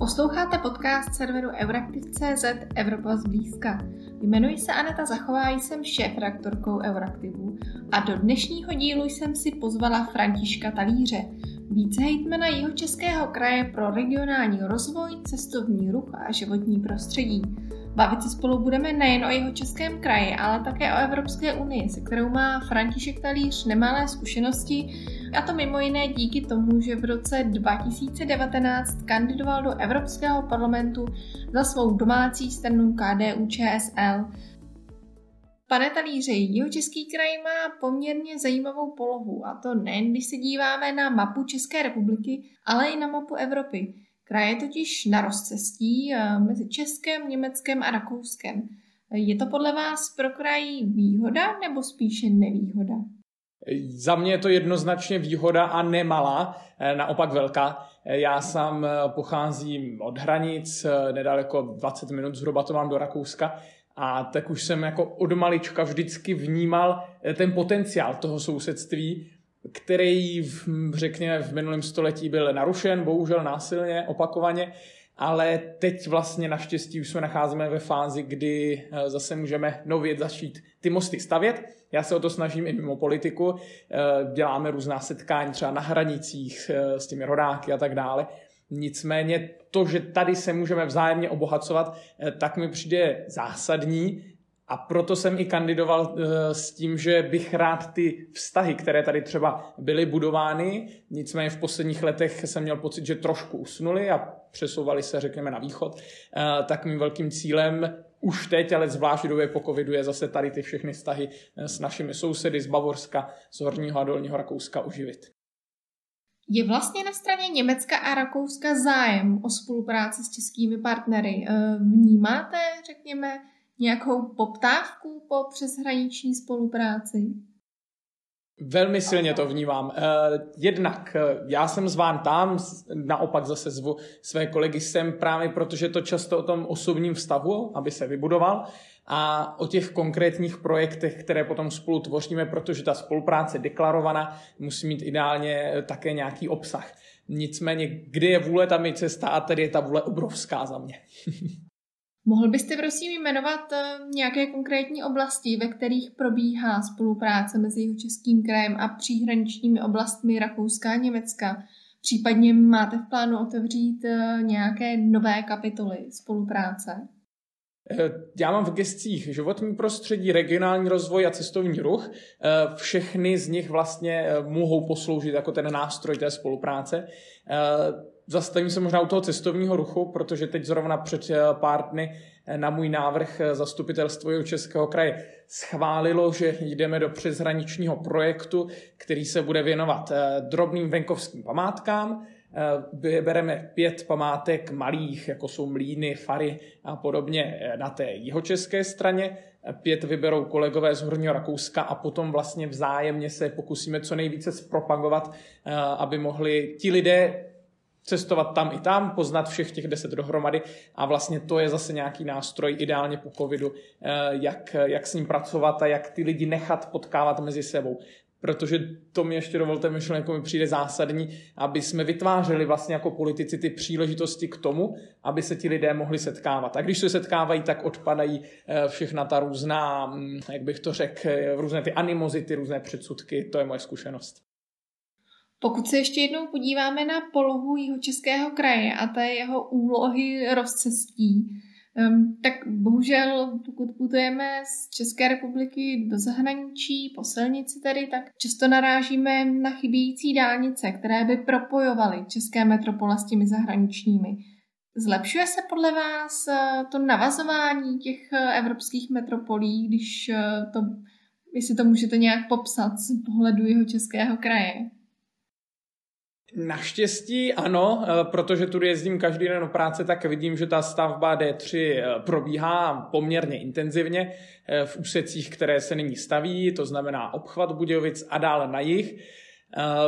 Posloucháte podcast serveru Euraktiv.cz Evropa zblízka. Jmenuji se Aneta Zachová, jsem šéfredaktorkou Euraktivu a do dnešního dílu jsem si pozvala Františka Talíře, vicehejtmana Jihočeského kraje pro regionální rozvoj, cestovní ruch a životní prostředí. Bavit se spolu budeme nejen o Jihočeském kraji, ale také o Evropské unii, se kterou má František Talíř nemalé zkušenosti, a to mimo jiné díky tomu, že v roce 2019 kandidoval do Evropského parlamentu za svou domácí stranu KDU-ČSL. Pane Talíři, Jihočeský kraj má poměrně zajímavou polohu, a to nejen když se díváme na mapu České republiky, ale i na mapu Evropy. Kraj je totiž na rozcestí mezi Českem, Německem a Rakouskem. Je to podle vás pro kraj výhoda nebo spíše nevýhoda? Za mě je to jednoznačně výhoda a nemalá, naopak velká. Já sám pocházím od hranic, nedaleko 20 minut zhruba to mám do Rakouska, a tak už jsem jako od malička vždycky vnímal ten potenciál toho sousedství, který řekněme v minulém století byl narušen, bohužel násilně, opakovaně, ale teď vlastně naštěstí už se nacházíme ve fázi, kdy zase můžeme nově začít ty mosty stavět. Já se o to snažím i mimo politiku, děláme různá setkání třeba na hranicích s těmi rodáky a tak dále. Nicméně to, že tady se můžeme vzájemně obohacovat, tak mi přijde zásadní. A proto jsem i kandidoval s tím, že bych rád ty vztahy, které tady třeba byly budovány, nicméně v posledních letech jsem měl pocit, že trošku usnuly a přesouvali se, řekněme, na východ, tak mým velkým cílem už teď, ale zvlášť v době po covidu, je zase tady ty všechny vztahy s našimi sousedy z Bavorska, z Horního a Dolního Rakouska oživit. Je vlastně na straně Německa a Rakouska zájem o spolupráci s českými partnery. Vnímáte, řekněme, nějakou poptávku po přeshraniční spolupráci? Velmi silně to vnímám. Jednak já jsem zván tam, naopak zase zvu své kolegy sem právě protože to často o tom osobním vztahu, aby se vybudoval, a o těch konkrétních projektech, které potom spolu tvoříme, protože ta spolupráce deklarovaná musí mít ideálně také nějaký obsah. Nicméně, kde je vůle, tam je cesta, a tady je ta vůle obrovská za mě. Mohl byste prosím jmenovat nějaké konkrétní oblasti, ve kterých probíhá spolupráce mezi Jihočeským krajem a příhraničními oblastmi Rakouska a Německa? Případně máte v plánu otevřít nějaké nové kapitoly spolupráce? Já mám v gescích životní prostředí, regionální rozvoj a cestovní ruch. Všechny z nich vlastně mohou posloužit jako ten nástroj té spolupráce. Zastavím se možná u toho cestovního ruchu, protože teď zrovna před pár dny na můj návrh zastupitelstvo Jihočeského kraje schválilo, že jdeme do přeshraničního projektu, který se bude věnovat drobným venkovským památkám. Bereme 5 památek malých, jako jsou mlýny, fary a podobně na té jihočeské straně. 5 vyberou kolegové z Horního Rakouska a potom vlastně vzájemně se pokusíme co nejvíce zpropagovat, aby mohli ti lidé cestovat tam i tam, poznat všech těch 10 dohromady, a vlastně to je zase nějaký nástroj ideálně po covidu, jak s ním pracovat a jak ty lidi nechat potkávat mezi sebou. Protože to mi ještě dovolte, myšlenku mi přijde zásadní, aby jsme vytvářeli vlastně jako politici ty příležitosti k tomu, aby se ti lidé mohli setkávat. A když se setkávají, tak odpadají všechna ta různá, jak bych to řekl, různé ty animozity, různé předsudky, to je moje zkušenost. Pokud se ještě jednou podíváme na polohu Jihočeského kraje a té jeho úlohy rozcestí, tak bohužel, pokud putujeme z České republiky do zahraničí, po silnici tedy, tak často narážíme na chybějící dálnice, které by propojovaly české metropole s těmi zahraničními. Zlepšuje se podle vás to navazování těch evropských metropolí, jestli to můžete nějak popsat z pohledu Jihočeského kraje? Naštěstí ano, protože tu jezdím každý den do práce, tak vidím, že ta stavba D3 probíhá poměrně intenzivně v úsecích, které se nyní staví, to znamená obchvat Budějovic a dále na jih.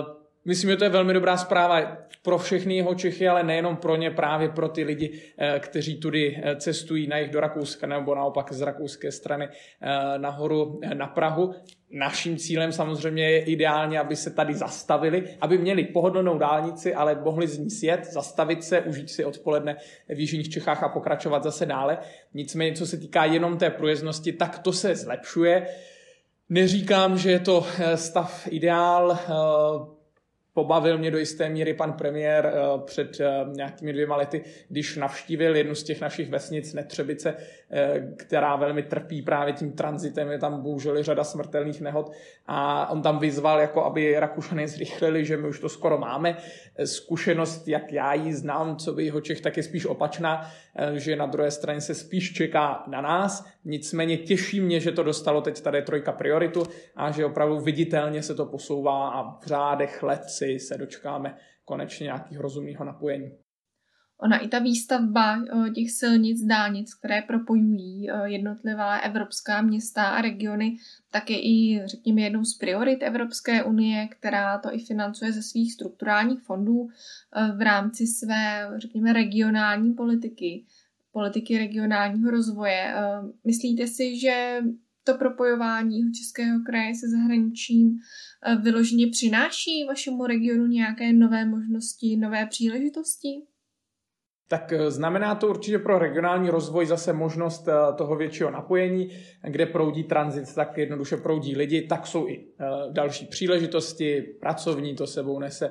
Myslím, že to je velmi dobrá zpráva pro všechny jeho Čechy, ale nejenom pro ně, právě pro ty lidi, kteří tudy cestují na jih do Rakouska nebo naopak z rakouské strany nahoru na Prahu. Naším cílem samozřejmě je ideálně, aby se tady zastavili, aby měli pohodlnou dálnici, ale mohli z ní sjet, zastavit se, užít si odpoledne v jižních Čechách a pokračovat zase dále. Nicméně, co se týká jenom té průjezdnosti, tak to se zlepšuje. Neříkám, že je to stav ideál. Pobavil mě do jisté míry pan premiér před nějakými 2 lety, když navštívil jednu z těch našich vesnic Netřebice, která velmi trpí právě tím tranzitem, je tam bohužel řada smrtelných nehod a on tam vyzval, jako aby Rakušané zrychlili, že my už to skoro máme. Zkušenost, jak já ji znám, co by jeho Čech, tak je spíš opačná, že na druhé straně se spíš čeká na nás. Nicméně těší mě, že to dostalo teď tady 3 prioritu a že opravdu viditelně se to posouvá a v řádech let se dočkáme konečně nějakého rozumného napojení. Ona i ta výstavba těch silnic, dálnic, které propojují jednotlivá evropská města a regiony, tak je i, řekněme, jednou z priorit Evropské unie, která to i financuje ze svých strukturálních fondů v rámci své, řekněme, regionální politiky regionálního rozvoje. Myslíte si, že to propojování Jihočeského kraje se zahraničím vyloženě přináší vašemu regionu nějaké nové možnosti, nové příležitosti? Tak znamená to určitě pro regionální rozvoj zase možnost toho většího napojení, kde proudí tranzit, tak jednoduše proudí lidi, tak jsou i další příležitosti, pracovní to sebou nese.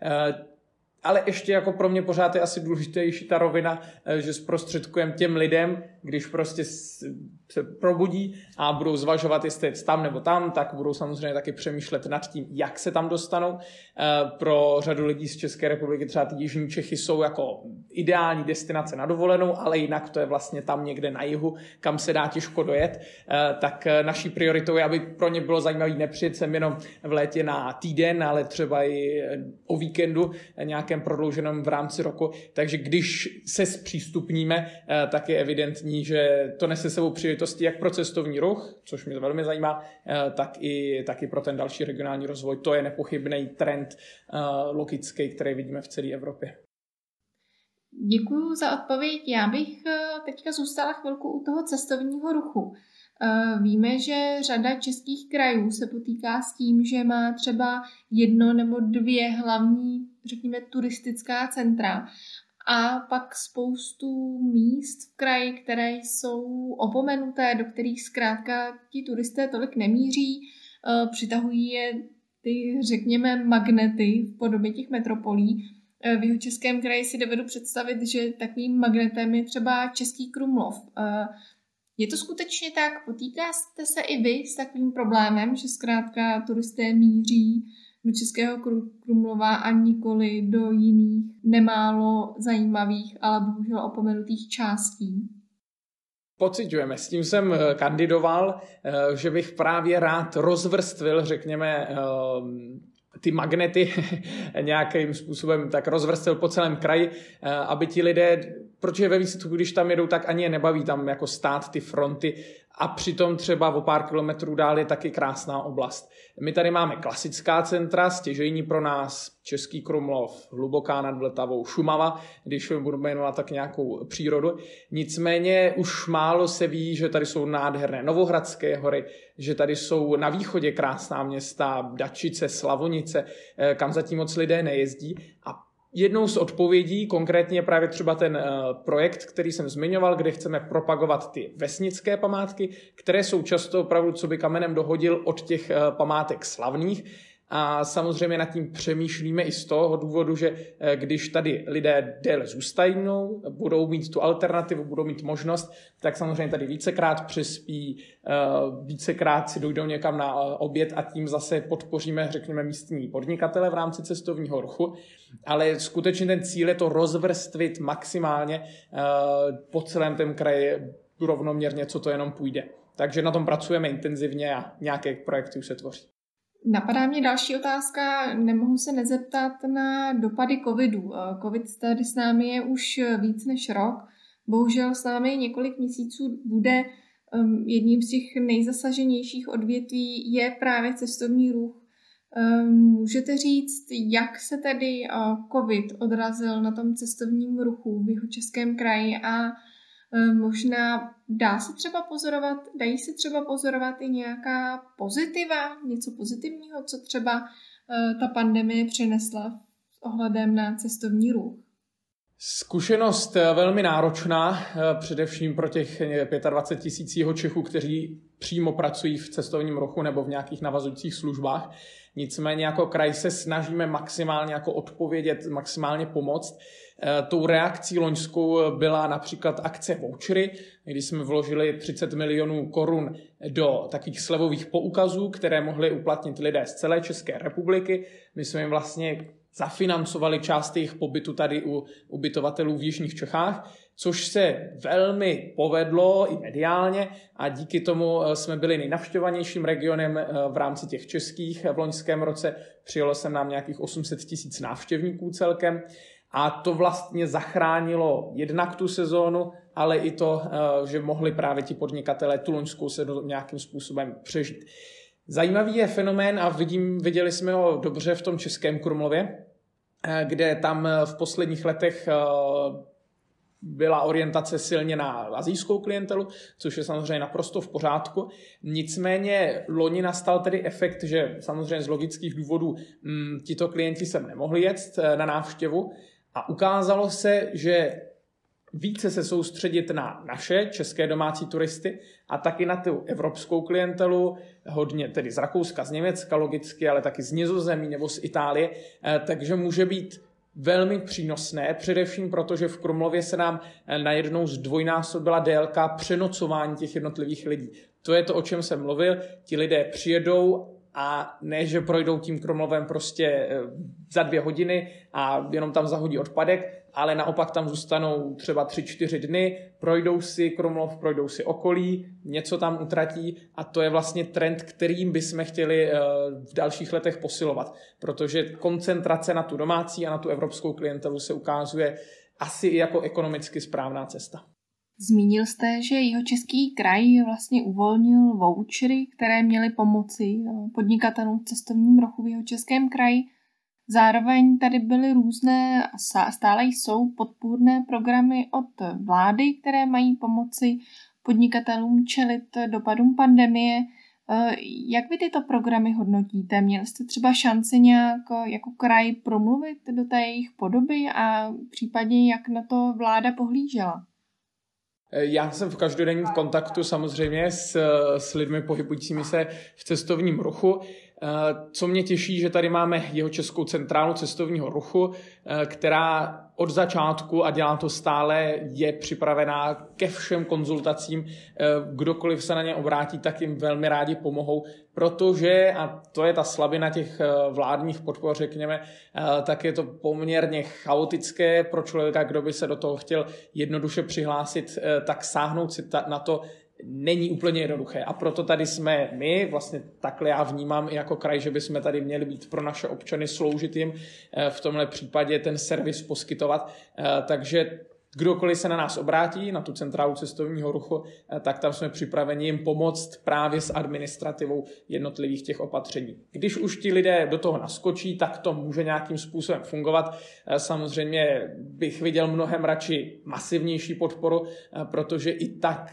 Ale ještě jako pro mě pořád je asi důležitější ta rovina, že zprostředkujeme těm lidem, když prostě se probudí a budou zvažovat, jestli je tam nebo tam, tak budou samozřejmě taky přemýšlet nad tím, jak se tam dostanou. Pro řadu lidí z České republiky třeba ty jižní Čechy jsou jako ideální destinace na dovolenou, ale jinak to je vlastně tam někde na jihu, kam se dá těžko dojet. Tak naší prioritou je, aby pro ně bylo zajímavé nepřijet sem jenom v létě na týden, ale třeba i o víkendu nějakém prodlouženém v rámci roku. Takže když se zpřístupníme, tak je evidentní, že to nese sebou příležitosti jak pro cestovní ruch, což mě velmi zajímá, tak i pro ten další regionální rozvoj. To je nepochybný trend logický, který vidíme v celé Evropě. Děkuji za odpověď. Já bych teďka zůstala chvilku u toho cestovního ruchu. Víme, že řada českých krajů se potýká s tím, že má třeba 1 nebo 2 hlavní, řekněme, turistická centra a pak spoustu míst v kraji, které jsou opomenuté, do kterých zkrátka ti turisté tolik nemíří, přitahují je ty, řekněme, magnety v podobě těch metropolí. V Jihočeském kraji si dovedu představit, že takovým magnetem je třeba Český Krumlov. Je to skutečně tak? Potýkáte se i vy s takovým problémem, že zkrátka turisté míří do Českého Krumlova a nikoli do jiných nemálo zajímavých, ale bohužel opomenutých částí? Pociťujeme. S tím jsem kandidoval, že bych právě rád rozvrstvil, řekněme, ty magnety nějakým způsobem tak rozvrstvil po celém kraji, aby ti lidé, protože ve výsledku, když tam jedou, tak ani je nebaví tam jako stát ty fronty a přitom třeba o pár kilometrů dál je taky krásná oblast. My tady máme klasická centra, stěžejní pro nás Český Krumlov, Hluboká nad Vltavou, Šumava, když budu jmenovat tak nějakou přírodu. Nicméně už málo se ví, že tady jsou nádherné Novohradské hory, že tady jsou na východě krásná města, Dačice, Slavonice, kam zatím moc lidé nejezdí. A jednou z odpovědí konkrétně je právě třeba ten projekt, který jsem zmiňoval, kde chceme propagovat ty vesnické památky, které jsou často opravdu, co by kamenem dohodil, od těch památek slavných. A samozřejmě nad tím přemýšlíme i z toho důvodu, že když tady lidé déle zůstají, budou mít tu alternativu, budou mít možnost, tak samozřejmě tady vícekrát přespí, vícekrát si dojdou někam na oběd a tím zase podpoříme, řekněme, místní podnikatele v rámci cestovního ruchu. Ale skutečně ten cíl je to rozvrstvit maximálně po celém tom kraji rovnoměrně, co to jenom půjde. Takže na tom pracujeme intenzivně a nějaké projekty už se tvoří. Napadá mě další otázka, nemohu se nezeptat na dopady covidu. Covid tady s námi je už víc než rok, bohužel s námi několik měsíců bude. Jedním z těch nejzasaženějších odvětví je právě cestovní ruch. Můžete říct, jak se tedy COVID odrazil na tom cestovním ruchu v Jihočeském kraji a možná dají se třeba pozorovat i nějaká pozitiva, něco pozitivního, co třeba ta pandemie přinesla s ohledem na cestovní ruch? Zkušenost velmi náročná, především pro těch 25 000 Jihočechů, kteří přímo pracují v cestovním ruchu nebo v nějakých navazujících službách. Nicméně jako kraj se snažíme maximálně jako odpovědět, maximálně pomoct. Tou reakcí loňskou byla například akce vouchery, kdy jsme vložili 30 milionů korun do takových slevových poukazů, které mohli uplatnit lidé z celé České republiky. My jsme jim vlastně zafinancovali část jejich pobytu tady u ubytovatelů v jižních Čechách, což se velmi povedlo i mediálně a díky tomu jsme byli nejnavštěvanějším regionem v rámci těch českých v loňském roce. Přijelo se nám nějakých 800 000 návštěvníků celkem a to vlastně zachránilo jednak tu sezónu, ale i to, že mohli právě ti podnikatelé tu loňskou sezónu nějakým způsobem přežít. Zajímavý je fenomén a viděli jsme ho dobře v tom Českém Krumlově, kde tam v posledních letech byla orientace silně na asijskou klientelu, což je samozřejmě naprosto v pořádku. Nicméně loni nastal tedy efekt, že samozřejmě z logických důvodů tito klienti sem nemohli jet na návštěvu a ukázalo se, že více se soustředit na naše české domácí turisty a taky na tu evropskou klientelu, hodně tedy z Rakouska, z Německa logicky, ale taky z Nizozemí nebo z Itálie, takže může být velmi přínosné, především proto, že v Krumlově se nám najednou zdvojnásobila délka přenocování těch jednotlivých lidí. To je to, o čem jsem mluvil, ti lidé přijedou a ne, že projdou tím Krumlovem prostě za 2 hodiny a jenom tam zahodí odpadek, ale naopak tam zůstanou třeba 3-4 dny, projdou si Krumlov, projdou si okolí, něco tam utratí a to je vlastně trend, kterým bychom chtěli v dalších letech posilovat, protože koncentrace na tu domácí a na tu evropskou klientelu se ukazuje asi i jako ekonomicky správná cesta. Zmínil jste, že Jihočeský kraj vlastně uvolnil vouchery, které měly pomoci podnikatelům v cestovním ruchu v Jihočeském kraji. Zároveň tady byly různé a stále jsou podpůrné programy od vlády, které mají pomoci podnikatelům čelit dopadům pandemie. Jak vy tyto programy hodnotíte? Měli jste třeba šanci nějak jako kraj promluvit do té jejich podoby a případně jak na to vláda pohlížela? Já jsem v každodenním kontaktu samozřejmě s lidmi pohybujícími se v cestovním ruchu. Co mě těší, že tady máme Jihočeskou centrálu cestovního ruchu, která od začátku, a dělá to stále, je připravená ke všem konzultacím. Kdokoliv se na ně obrátí, tak jim velmi rádi pomohou, protože, a to je ta slabina těch vládních podpor, řekněme, tak je to poměrně chaotické pro člověka, kdo by se do toho chtěl jednoduše přihlásit, tak sáhnout si na to není úplně jednoduché. A proto tady jsme my, vlastně takhle já vnímám i jako kraj, že bychom tady měli být pro naše občany, sloužit jim, v tomhle případě ten servis poskytovat. Takže kdokoliv se na nás obrátí, na tu centrálu cestovního ruchu, tak tam jsme připraveni jim pomoct právě s administrativou jednotlivých těch opatření. Když už ti lidé do toho naskočí, tak to může nějakým způsobem fungovat. Samozřejmě bych viděl mnohem radši masivnější podporu, protože i tak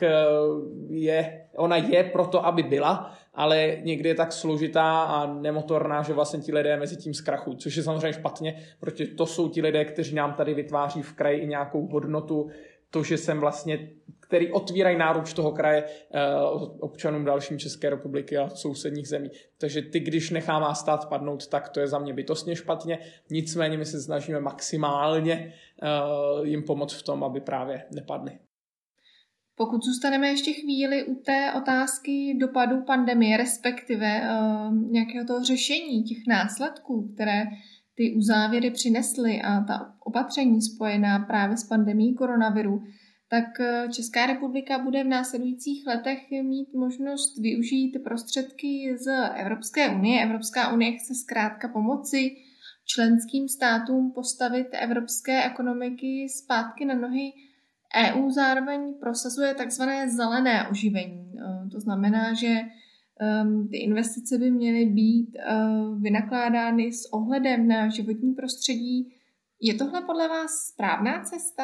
ona je proto, aby byla, ale někdy je tak složitá a nemotorná, že vlastně ti lidé mezi tím zkrachují, což je samozřejmě špatně, protože to jsou ti lidé, kteří nám tady vytváří v kraji i nějakou hodnotu, to, že jsem vlastně, který otvírají náruč toho kraje občanům dalším České republiky a sousedních zemí. Takže ty, když nechává stát padnout, tak to je za mě bytostně špatně. Nicméně my se snažíme maximálně jim pomoct v tom, aby právě nepadly. Pokud zůstaneme ještě chvíli u té otázky dopadu pandemie, respektive nějakého toho řešení těch následků, které ty uzávěry přinesly a ta opatření spojená právě s pandemií koronaviru, tak Česká republika bude v následujících letech mít možnost využít prostředky z Evropské unie. Evropská unie chce zkrátka pomoci členským státům postavit evropské ekonomiky zpátky na nohy. EU zároveň prosazuje takzvané zelené oživení. To znamená, že Ty investice by měly být vynakládány s ohledem na životní prostředí. Je tohle podle vás správná cesta?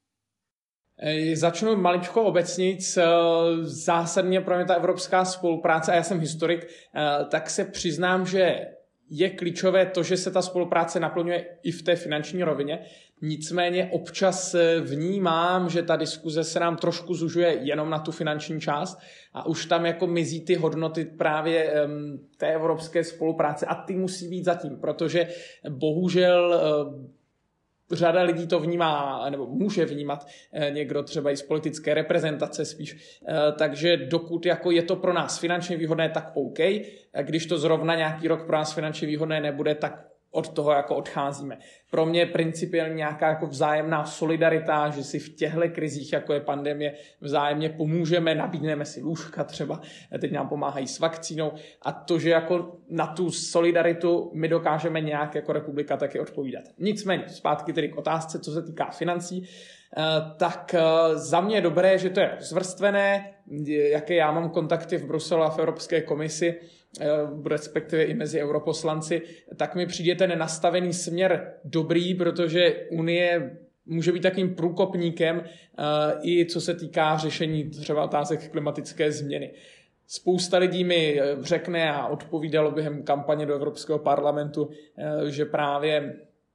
Začnu maličko obecnic. Zásadně pro mě ta evropská spolupráce, a já jsem historik, tak se přiznám, že je klíčové to, že se ta spolupráce naplňuje i v té finanční rovině. Nicméně občas vnímám, že ta diskuze se nám trošku zužuje jenom na tu finanční část a už tam jako mizí ty hodnoty právě té evropské spolupráce a ty musí být zatím, protože bohužel řada lidí to vnímá, nebo může vnímat někdo třeba i z politické reprezentace spíš. Takže dokud jako je to pro nás finančně výhodné, tak OK. Když to zrovna nějaký rok pro nás finančně výhodné nebude, tak od toho jako odcházíme. Pro mě je principiálně nějaká jako vzájemná solidarita, že si v těchto krizích, jako je pandemie, vzájemně pomůžeme, nabídneme si lůžka třeba, teď nám pomáhají s vakcínou a to, že jako na tu solidaritu my dokážeme nějak jako republika taky odpovídat. Nicméně, zpátky tedy k otázce, co se týká financí, tak za mě je dobré, že to je zvrstvené, jaké já mám kontakty v Bruselu a v Evropské komisi, respektive i mezi europoslanci, tak mi přijde ten nastavený směr dobrý, protože Unie může být takým průkopníkem i co se týká řešení třeba otázek klimatické změny. Spousta lidí mi řekne a odpovídalo během kampaně do Evropského parlamentu, že právě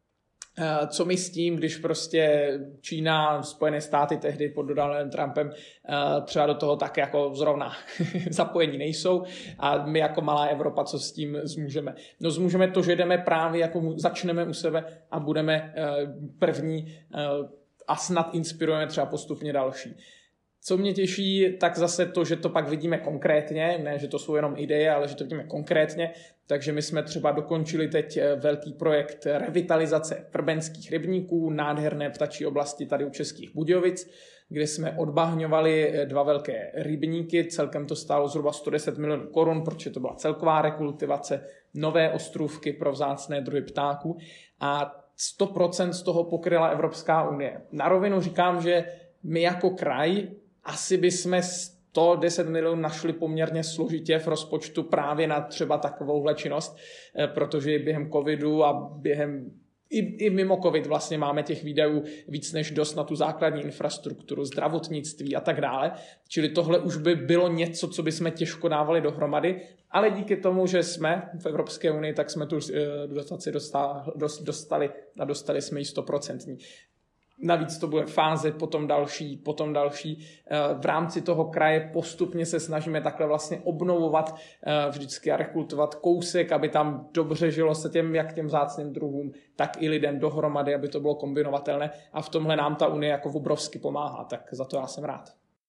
co my s tím, když prostě Čína, Spojené státy tehdy pod Donaldem Trumpem třeba do toho tak jako zrovna zapojení nejsou a my jako malá Evropa, co s tím zmůžeme? No zmůžeme to, že jdeme právě jako začneme u sebe a budeme první a snad inspirujeme třeba postupně další. Co mě těší, tak zase to, že to pak vidíme konkrétně, ne, že to jsou jenom ideje, ale že to vidíme konkrétně. Takže my jsme třeba dokončili teď velký projekt revitalizace vrbenských rybníků, nádherné ptačí oblasti tady u Českých Budějovic, kde jsme odbahňovali 2 velké rybníky. Celkem to stálo zhruba 110 milionů korun, protože to byla celková rekultivace, nové ostrůvky pro vzácné druhy ptáků a 100% z toho pokryla Evropská unie. Na rovinu říkám, že my jako kraj asi bychom 110 milionů našli poměrně složitě v rozpočtu právě na třeba takovouhle činnost, protože během covidu a během i mimo covid vlastně máme těch výdajů víc než dost na tu základní infrastrukturu, zdravotnictví a tak dále. Čili tohle už by bylo něco, co bychom těžko dávali dohromady, ale díky tomu, že jsme v Evropské unii, tak jsme tu dotaci dostali a dostali jsme ji 100%. Navíc to bude fáze, potom další. V rámci toho kraje postupně se snažíme takhle vlastně obnovovat vždycky a rekultivovat kousek, aby tam dobře žilo se těm vzácným druhům, tak i lidem dohromady, aby to bylo kombinovatelné. A v tomhle nám ta Unie jako obrovsky pomáhá, tak za to já jsem rád.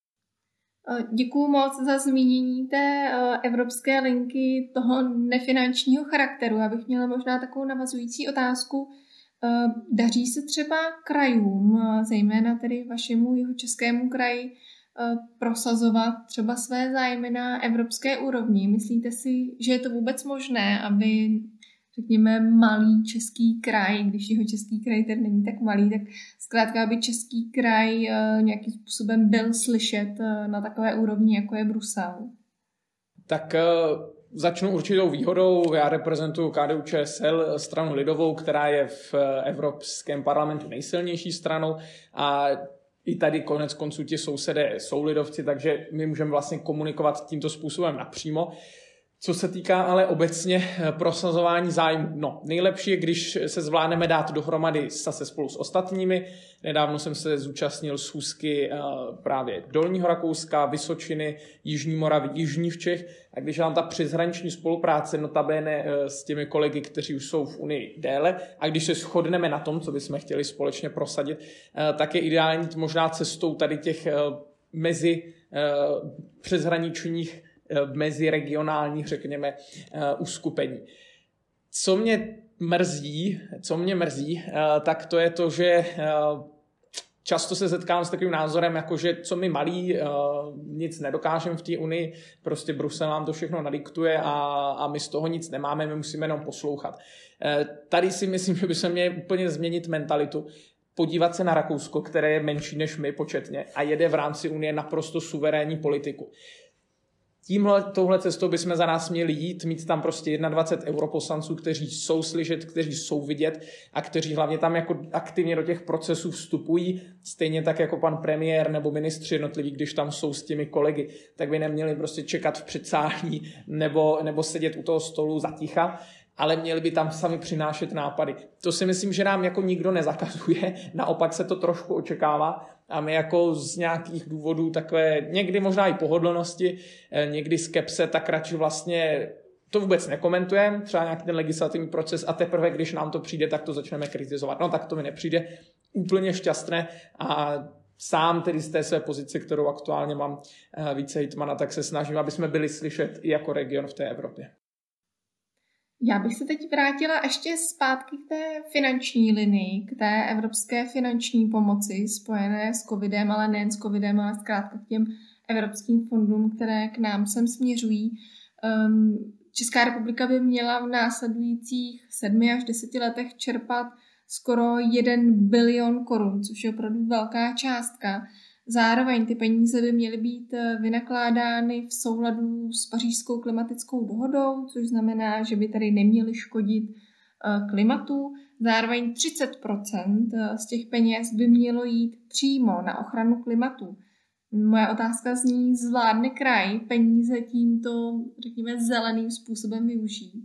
Děkuju moc za zmínění té evropské linky toho nefinančního charakteru. Já bych měla možná takovou navazující otázku. Daří se třeba krajům, zejména tedy vašemu Jihočeskému kraji, prosazovat třeba své zájmy na evropské úrovni? Myslíte si, že je to vůbec možné, aby, řekněme, malý český kraj, když Jihočeský kraj tedy není tak malý, tak zkrátka, aby český kraj nějakým způsobem byl slyšet na takové úrovni, jako je Brusel? Tak začnu určitou výhodou. Já reprezentuju KDU-ČSL, stranu lidovou, která je v Evropském parlamentu nejsilnější stranou a i tady konec konců ti sousedé jsou lidovci, takže my můžeme vlastně komunikovat tímto způsobem napřímo. Co se týká ale obecně prosazování zájmu, no nejlepší je, když se zvládneme dát dohromady zase spolu s ostatními. Nedávno jsem se zúčastnil schůzky právě Dolního Rakouska, Vysočiny, Jižní Moravy, Jižních Čech a když mám ta přeshraniční spolupráce notabene s těmi kolegy, kteří už jsou v Unii déle a když se shodneme na tom, co bychom chtěli společně prosadit, tak je ideální možná cestou tady těch přeshraničních meziregionálních, řekněme, uskupení. Co mě mrzí, tak to je to, že často se setkám s takovým názorem, jako že co my malí nic nedokážeme v té Unii, prostě Brusel nám to všechno nadiktuje a my z toho nic nemáme, my musíme jenom poslouchat. Tady si myslím, že by se měli úplně změnit mentalitu, podívat se na Rakousko, které je menší než my početně a jede v rámci Unie naprosto suverénní politiku. Touhle cestou bychom za nás měli jít, mít tam prostě 21 europoslanců, kteří jsou slyšet, kteří jsou vidět a kteří hlavně tam jako aktivně do těch procesů vstupují, stejně tak jako pan premiér nebo ministři jednotliví, když tam jsou s těmi kolegy, tak by neměli prostě čekat v předsálí nebo sedět u toho stolu zaticha, ale měli by tam sami přinášet nápady. To si myslím, že nám jako nikdo nezakazuje, naopak se to trošku očekává a my jako z nějakých důvodů takové někdy možná i pohodlnosti, někdy skepse, tak radši vlastně to vůbec nekomentujeme, třeba nějaký ten legislativní proces a teprve, když nám to přijde, tak to začneme kritizovat. No tak to mi nepřijde úplně šťastné a sám tedy z té své pozice, kterou aktuálně mám vicehejtmana, tak se snažím, aby jsme byli slyšet i jako region v té Evropě. Já bych se teď vrátila ještě zpátky k té finanční linii, k té evropské finanční pomoci spojené s covidem, ale nejen s covidem, ale zkrátka k těm evropským fondům, které k nám sem směřují. Česká republika by měla v následujících 7 až 10 letech čerpat skoro 1 bilion korun, což je opravdu velká částka. Zároveň ty peníze by měly být vynakládány v souladu s Pařížskou klimatickou dohodou, což znamená, že by tady neměly škodit klimatu. Zároveň 30% z těch peněz by mělo jít přímo na ochranu klimatu. Moje otázka zní, zvládne kraj peníze tímto, řekněme, zeleným způsobem využít?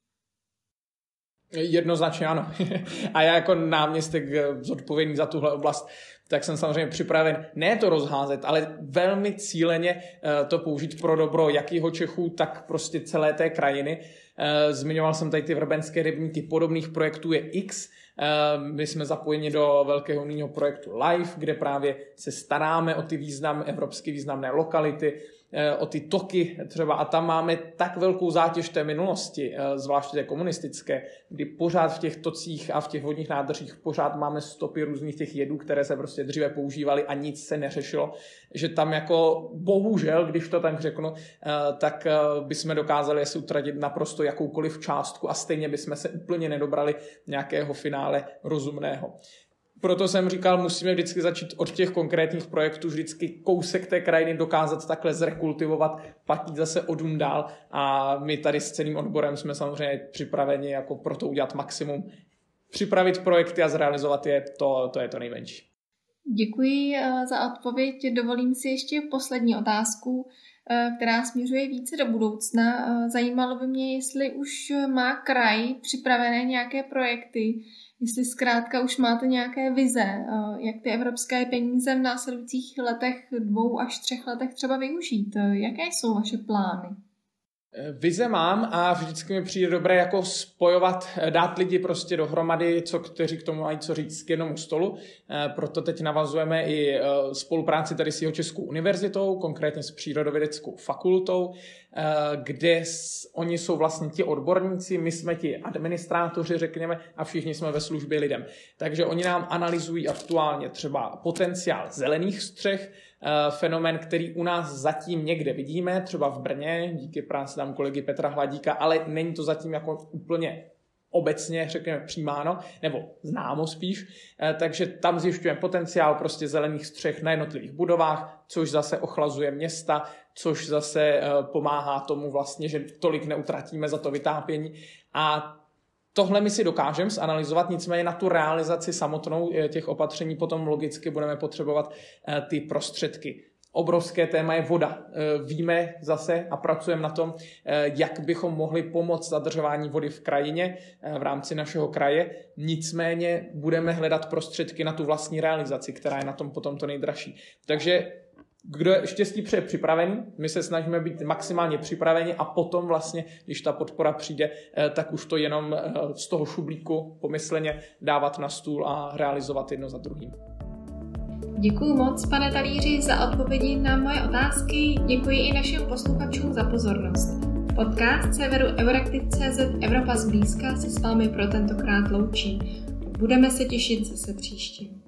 Jednoznačně ano. A já jako náměstek zodpovědný za tuhle oblast, tak jsem samozřejmě připraven ne to rozházet, ale velmi cíleně to použít pro dobro jak Jihočechů, tak prostě celé té krajiny. Zmiňoval jsem tady ty vrbenské rybníky, podobných projektů je X. My jsme zapojeni do velkého unijního projektu LIFE, kde právě se staráme o ty evropsky významné lokality, o ty toky třeba a tam máme tak velkou zátěž té minulosti, zvláště té komunistické, kdy pořád v těch tocích a v těch vodních nádržích pořád máme stopy různých těch jedů, které se prostě dříve používaly a nic se neřešilo, že tam jako bohužel, když to tak řeknu, tak bychom dokázali asi utratit naprosto jakoukoliv částku a stejně bychom se úplně nedobrali nějakého finále rozumného. Proto jsem říkal, musíme vždycky začít od těch konkrétních projektů, vždycky kousek té krajiny dokázat takhle zrekultivovat, pak jít zase odum dál a my tady s celým odborem jsme samozřejmě připraveni jako pro to udělat maximum. Připravit projekty a zrealizovat je, to je to nejmenší. Děkuji za odpověď. Dovolím si ještě poslední otázku, která směřuje více do budoucna. Zajímalo by mě, jestli už má kraj připravené nějaké projekty, jestli zkrátka už máte nějaké vize, jak ty evropské peníze v následujících letech, 2 až 3 letech třeba využít. Jaké jsou vaše plány? Vize mám a vždycky mi přijde dobré jako spojovat, dát lidi prostě dohromady, kteří k tomu mají co říct k jednomu stolu. Proto teď navazujeme i spolupráci tady s Jihočeskou univerzitou, konkrétně s Přírodovědeckou fakultou, kde oni jsou vlastně ti odborníci, my jsme ti administrátoři, řekněme, a všichni jsme ve službě lidem. Takže oni nám analyzují aktuálně třeba potenciál zelených střech, fenomén, který u nás zatím někde vidíme, třeba v Brně, díky práci tam kolegy Petra Hladíka, ale není to zatím jako úplně obecně, řekněme, přijímáno, nebo známo spíš, takže tam zjišťujeme potenciál prostě zelených střech na jednotlivých budovách, což zase ochlazuje města, což zase pomáhá tomu vlastně, že tolik neutratíme za to vytápění a tohle my si dokážeme zanalyzovat, nicméně na tu realizaci samotnou těch opatření potom logicky budeme potřebovat ty prostředky. Obrovské téma je voda. Víme zase a pracujeme na tom, jak bychom mohli pomoct zadržování vody v krajině v rámci našeho kraje. Nicméně budeme hledat prostředky na tu vlastní realizaci, která je na tom potom to nejdražší. Takže kdo je štěstí přeje připravený, my se snažíme být maximálně připraveni a potom vlastně, když ta podpora přijde, tak už to jenom z toho šublíku pomysleně dávat na stůl a realizovat jedno za druhým. Děkuji moc, pane Talíři, za odpovědi na moje otázky. Děkuji i našim posluchačům za pozornost. Podcast serveru Euraktiv.cz Evropa zblízka se s vámi pro tentokrát loučí. Budeme se těšit zase příště.